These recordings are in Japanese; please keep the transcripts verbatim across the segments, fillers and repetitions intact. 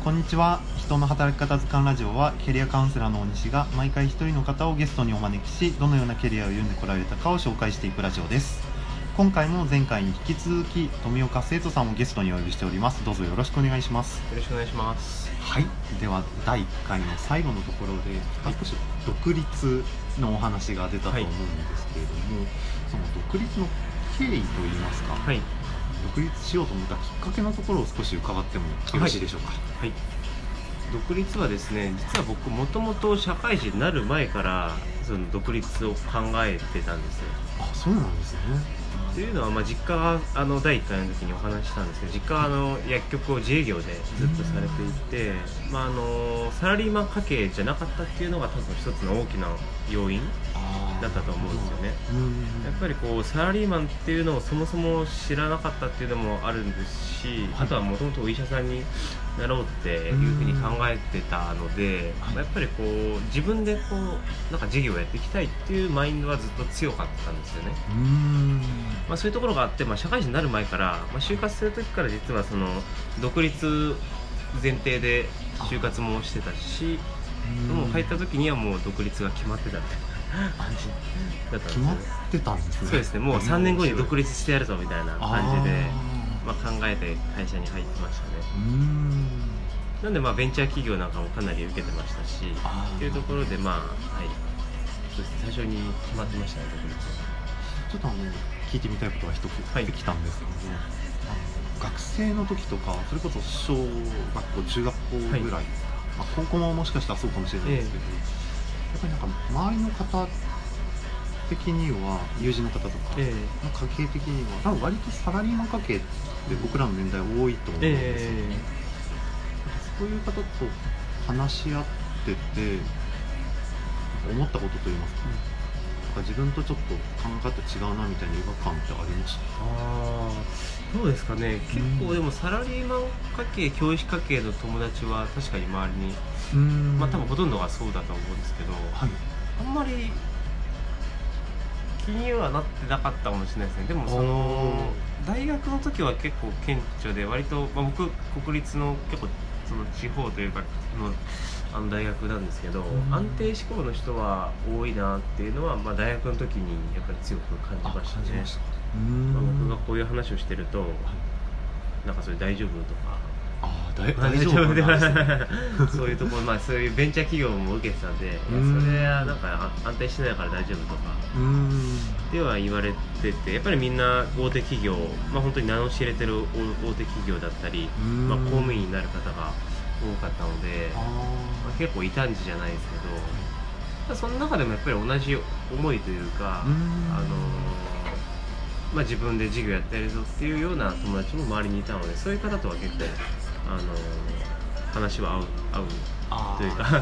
こんにちは。人の働き方図鑑ラジオはキャリアカウンセラーの大西が毎回一人の方をゲストにお招きし、どのようなキャリアを歩んでこられたかを紹介していくラジオです。今回も前回に引き続き富岡生徒さんをゲストにお呼びしております。どうぞよろしくお願いします。 よろしくお願いします。 はい、ではだいいっかいの最後のところで、はい、少し独立のお話が出たと思うんですけれども、はい、その独立の経緯といいますか、はい、独立しようと思ったきっかけのところを少し伺ってもよろしいでしょうか。はい、はい、 独立はですね、実は僕もともと社会人になる前からその独立を考えてたんですよ。 あ、そうなんですね。 というのは、まあ、実家があのだいいっかいの時にお話ししたんですけど、実家はあの薬局を自営業でずっとされていて、まあ、あのサラリーマン家系じゃなかったっていうのが多分一つの大きな要因だったと思うんですよね。やっぱりこうサラリーマンっていうのをそもそも知らなかったっていうのもあるんですし、あとはもともとお医者さんになろうっていうふうに考えてたので、まあ、やっぱりこう自分でこうなんか事業をやっていきたいっていうマインドはずっと強かったんですよね。うーん、まあ、そういうところがあって、まあ、社会人になる前から、まあ、就活する時から実はその独立前提で就活もしてたし、もう入った時にはもう独立が決まってたみたいな感じだったんですよ。 決まってたんですね。 そうですね、もうさんねんごに独立してやるぞみたいな感じで、まあ、考えて会社に入ってましたね。うーん、なんでまあベンチャー企業なんかもかなり受けてましたし、っていうところでまあ、はい、そうですね、最初に決まってましたね、独立。 ちょっとあの聞いてみたいことが一つ出てきたんですけども、はい、あの学生の時とか、それこそ小学校、中学校ぐらい、はい、まあ、高校ももしかしたらそうかもしれないですけど、えー、やっぱりなんか周りの方的には、友人の方とか、えー、家計的には多分割とサラリーマン家系って僕らの年代多いと思うんですよね。えー、そういう方と話し合ってて思ったことといいますか、うん、自分とちょっと考え方違うなみたいな違和感ってありました？ あー、どうですかね。結構でもサラリーマン家系、教師家系の友達は確かに周りに、うーん、まあ多分ほとんどがそうだと思うんですけど、はい、あんまり気にはなってなかったかもしれないですね。でもその大学の時は結構顕著で、割と、まあ、僕国立の結構その地方というかのあの大学なんですけど、安定志向の人は多いなっていうのは、まあ、大学の時にやっぱり強く感じましたね。まあ、僕がこういう話をしてると、はい、なんかそれ大丈夫とか、 あ大, 大丈夫なんです、 そういうところ、まあ、そういうベンチャー企業も受けてたんで、いやそれはなんか安定してないから大丈夫とかでは言われてて、やっぱりみんな大手企業、まあ、本当に名の知れてる大手企業だったり、まあ、公務員になる方が多かったので、まあ、結構異端児じゃないですけど、その中でもやっぱり同じ思いというか、あのまあ、自分で事業やってやるぞっていうような友達も周りにいたので、そういう方とは結構あの話は合う合うというか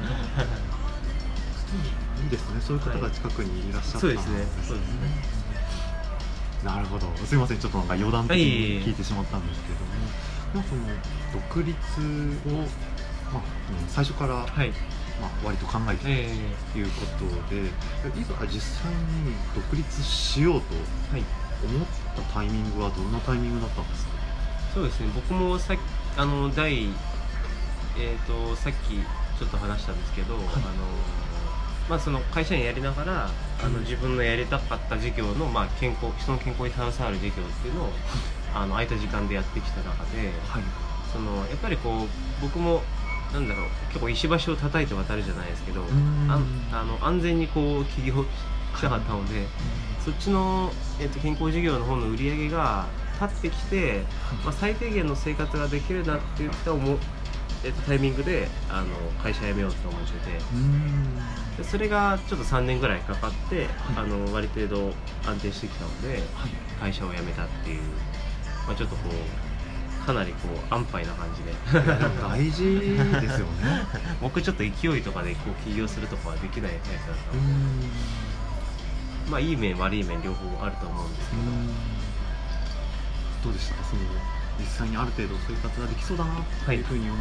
いいですね、そういう方が近くにいらっしゃった、 はい、そうですね、そうですね。 なるほど、すいません、ちょっとなんか余談的に聞いてしまったんですけども、はい、その独立を、まあ、最初から、はい、まあ、割と考えているということで、えー、いざ実際に独立しようと思ったタイミングはどんなタイミングだったんですか？ そうですね、僕もさあの第、えー、とさっきちょっと話したんですけど、はい、あのまあ、その会社員やりながら、あの自分のやりたかった事業の、まあ、健康人の健康に携わる事業っていうのを、はい、あの空いた時間でやってきた中で、はい、そのやっぱりこう僕もなんだろう、結構石橋を叩いて渡るじゃないですけど、ああの安全にこう起業したかったので、はい、そっちの、えー、と健康事業の方の売り上げが立ってきて、はい、まあ、最低限の生活ができるなっていった思う、えー、とタイミングであの会社辞めようと思ってて、でそれがちょっとさんねんぐらいかかって、はい、あの割程度安定してきたので、はい、会社を辞めたっていう、まあ、ちょっとこうかなりこう安牌な感じで大事ですよね僕ちょっと勢いとかでこう起業するとかはできないタイプだったので、まあいい面悪い面両方あると思うんですけど、 どうでしたか、その実際にある程度生活ができそうだなというふうに思って、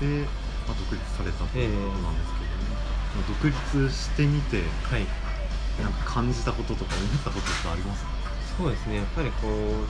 はい、まあ、独立されたということなんですけどね、えー、独立してみて、はい、なんか感じたこととか思ったことってありますか？ そうですね、やっぱりこう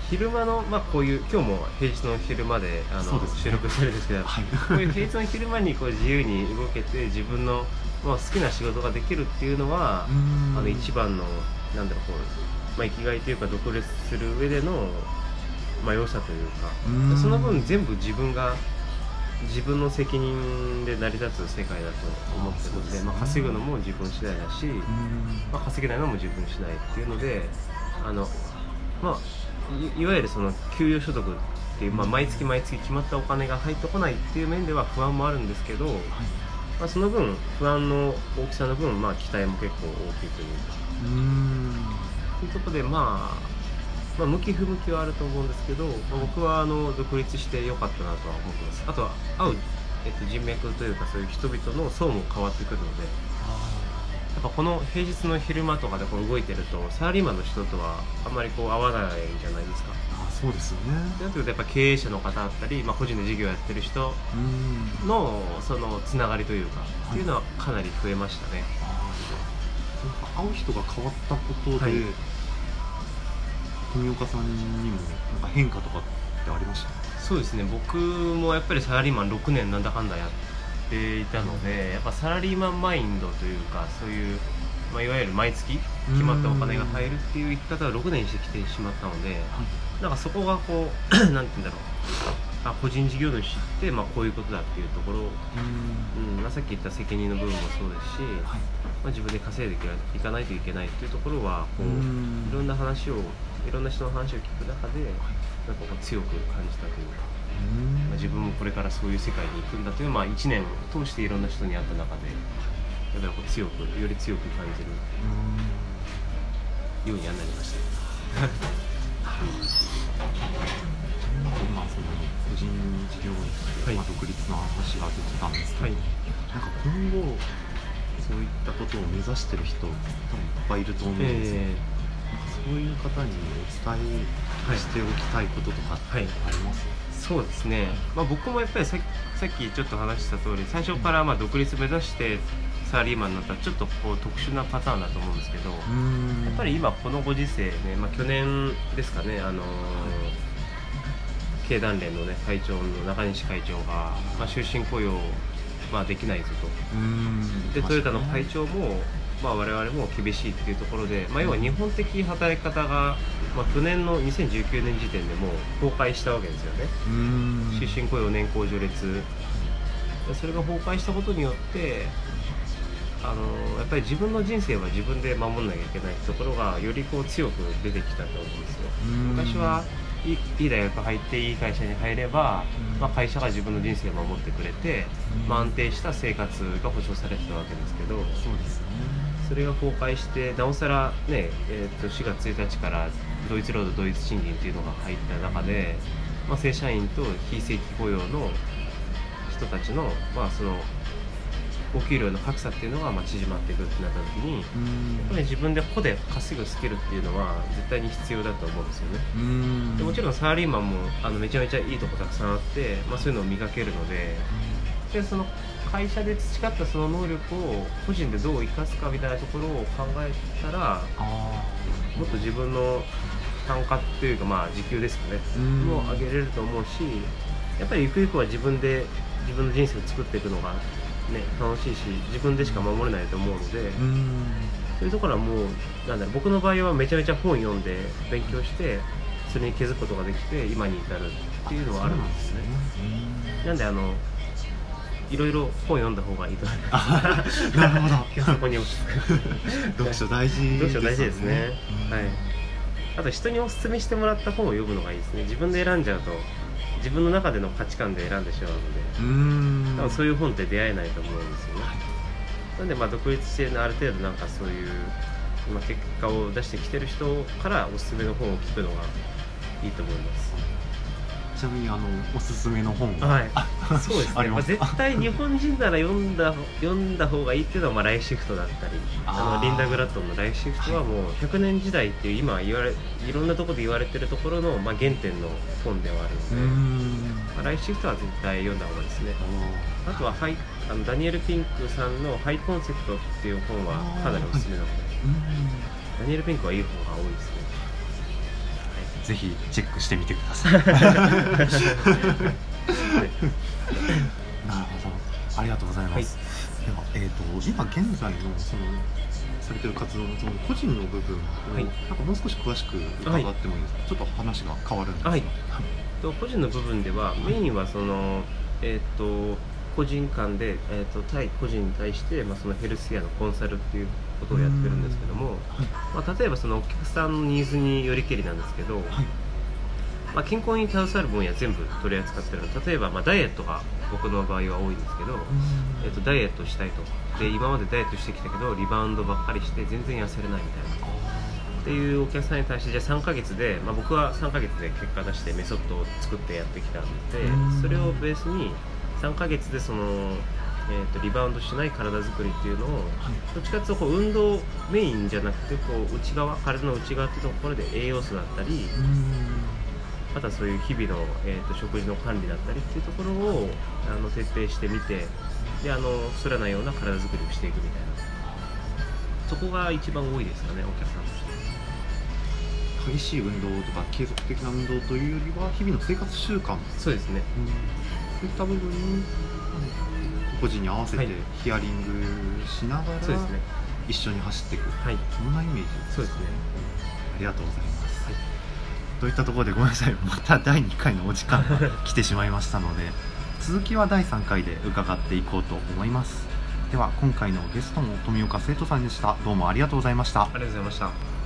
昼間の、まあ、こういう今日も平日の昼間であの、ね、収録してるんですけど、はい、こういう平日の昼間にこう自由に動けて自分の、まあ、好きな仕事ができるっていうのはあの一番のなんだろうこう、まあ、生きがいというか独立する上での、まあ、良さというか、その分全部自分が自分の責任で成り立つ世界だと思ってるので、まあ、稼ぐのも自分次第だし、まあ、稼げないのも自分次第っていうのであの、まあ、い, いわゆるその給与所得っていう、まあ、毎月毎月決まったお金が入ってこないっていう面では不安もあるんですけど、はい、まあ、その分不安の大きさの分、まあ、期待も結構大きいというかうーんというところで、まあまあ、向き不向きはあると思うんですけど、まあ、僕はあの独立してよかったなとは思ってます。あとは会う、えっと、人脈というかそういう人々の層も変わってくるので、やっぱこの平日の昼間とかでこう動いてるとサラリーマンの人とはあんまりこう会わないじゃないですか。 あ、そうですよね。 なんていうとやっぱ経営者の方だったり、まあ、個人で事業やってる人のそのつながりというか、はい、っていうのはかなり増えましたね。 あ、会う人が変わったことで、はい、富岡さんにもなんか変化とかってありました？ そうですね、僕もやっぱりサラリーマンろくねんなんだかんだやっていたので、やっぱサラリーマンマインドというかそういう、まあ、いわゆる毎月決まったお金が入るっていう生き方をろくねんしてきてしまったので、なんかそこがこうなんて言うんだろう、あ、個人事業主って、まあ、こういうことだっていうところ、うん、まあ、さっき言った責任の部分もそうですし、はい、まあ、自分で稼いでいかないといけないっていうところはこういろんな話をいろんな人の話を聞く中でなんかこう強く感じたというか、まあ、自分もこれからそういう世界に行くんだという、まあ、いちねん通していろんな人に会った中でやっぱりこう強くより強く感じるようにはなりました。 今その個人事業主で、はい、まあ、独立の話が出てたんですけど、はい、なんか今後そういったことを目指してる人多分いっぱいいると思うんですよ、えー、そういう方にお伝えしておきたいこととかってあります？ はいはい、そうですね、まあ、僕もやっぱり さ, さっきちょっと話した通り最初からまあ独立目指してサラリーマンになったらちょっとこう特殊なパターンだと思うんですけど、やっぱり今このご時世ね、まあ、去年ですかね、あのー経団連の、ね、会長の中西会長が、まあ、終身雇用、まあ、できないぞと。うーんでトヨタの会長も、まあ、我々も厳しいっていうところで、まあ、要は日本的働き方が、まあ、去年のにせんじゅうきゅうねん時点でもう崩壊したわけですよね。うーん終身雇用年功序列、それが崩壊したことによってあのやっぱり自分の人生は自分で守んなきゃいけないところがよりこう強く出てきたと思うんですよ。昔はいい、いい大学入っていい会社に入れば、まあ、会社が自分の人生を守ってくれて、まあ、安定した生活が保障されてたわけですけど、そうですね、それが崩壊してなおさら、ねえー、としがつついたちから同一労働同一賃金というのが入った中で、まあ、正社員と非正規雇用の人たちの、まあ、そのお給料の格差っていうのがまあ縮まっていくってなった時に、やっぱり自分で個で稼ぐスキルっていうのは絶対に必要だと思うんですよね。うーんでもちろんサラリーマンもあのめちゃめちゃいいとこたくさんあって、まあ、そういうのを磨けるので、でその会社で培ったその能力を個人でどう生かすかみたいなところを考えたら、もっと自分の単価っていうか、まあ時給ですかねも上げれると思うし、やっぱりゆくゆくは自分で自分の人生を作っていくのがね、楽しいし自分でしか守れないと思うので、うーんそういうところはもうなんだろう、僕の場合はめちゃめちゃ本読んで勉強してそれに気づくことができて今に至るっていうのはあるんですね。なんであのいろいろ本読んだ方がいいと思います。 なるほど。 今日そこに落ち着く読書大事ですね。 読書大事ですね。はい。あと人にお勧めしてもらった本を読むのがいいですね。自分で選んじゃうと自分の中での価値観で選んでしまうので、うーん多分そういう本って出会えないと思うんですよね。なんでまあ独立してのある程度なんかそういう今結果を出してきてる人からおすすめの本を聞くのがいいと思います。 ちなみにあのおすすめの本は、はい、そうですね。まあ、絶対日本人なら読んだ読んだ方がいいっていうのはまあライフシフトだったり、あのリンダ・グラットンのライフシフトはもうひゃくねん時代っていう今言われいろんなところで言われてるところのまあ原点の本ではあるので、うーん、まあ、ライフシフトは絶対読んだ方がいいですね。あとはハイあのダニエル・ピンクさんのハイコンセプトっていう本はかなりおすすめなので、ダニエル・ピンクはいい本が多いですね。 ぜひチェックしてみてください。なるほど、ありがとうございます。はい、では、えー、と今現在のそのされてる活動のその個人の部分を、はい、なんかもう少し詳しく伺ってもいいですか？はい、ちょっと話が変わるんですが、はい、 と個人の部分ではメインはその、えー、と個人間で、えー、と対個人に対して、まあ、そのヘルスケアのコンサルっていうことをやってるんですけども、はい、まあ、例えばそのお客さんのニーズによりけりなんですけど、はい、まあ、健康に携わる分野全部取り扱ってるの。例えば、まあ、ダイエットが僕の場合は多いんですけど、えー、とダイエットしたいと。で今までダイエットしてきたけどリバウンドばっかりして全然痩せれないみたいなっていうお客さんに対してじゃあさんかげつで、まあ、僕はさんかげつで結果出してメソッドを作ってやってきたので、それをベースにさんかげつでその、えー、とリバウンドしない体作りっていうのを、どっちかというとこう運動メインじゃなくてこう内側、体の内側っていうところで栄養素だったり、またそういう日々の、えー、と食事の管理だったりっていうところをあの徹底してみて、であのそらないような体作りをしていくみたいな、そこが一番多いですかね、お客さんとして。 激しい運動とか継続的な運動というよりは日々の生活習慣、 そうですね、 うん、そういった部分に個人に合わせてヒアリングしながら、そうですね、一緒に走っていく、はい、そんなイメージですか？ そうですね、 ありがとうございます。はい、といったところでごめんなさい、まただいにかいのお時間が来てしまいましたので続きはだいさんかいで伺っていこうと思います。では今回のゲストも富岡生徒さんでした。どうもありがとうございました。 ありがとうございました。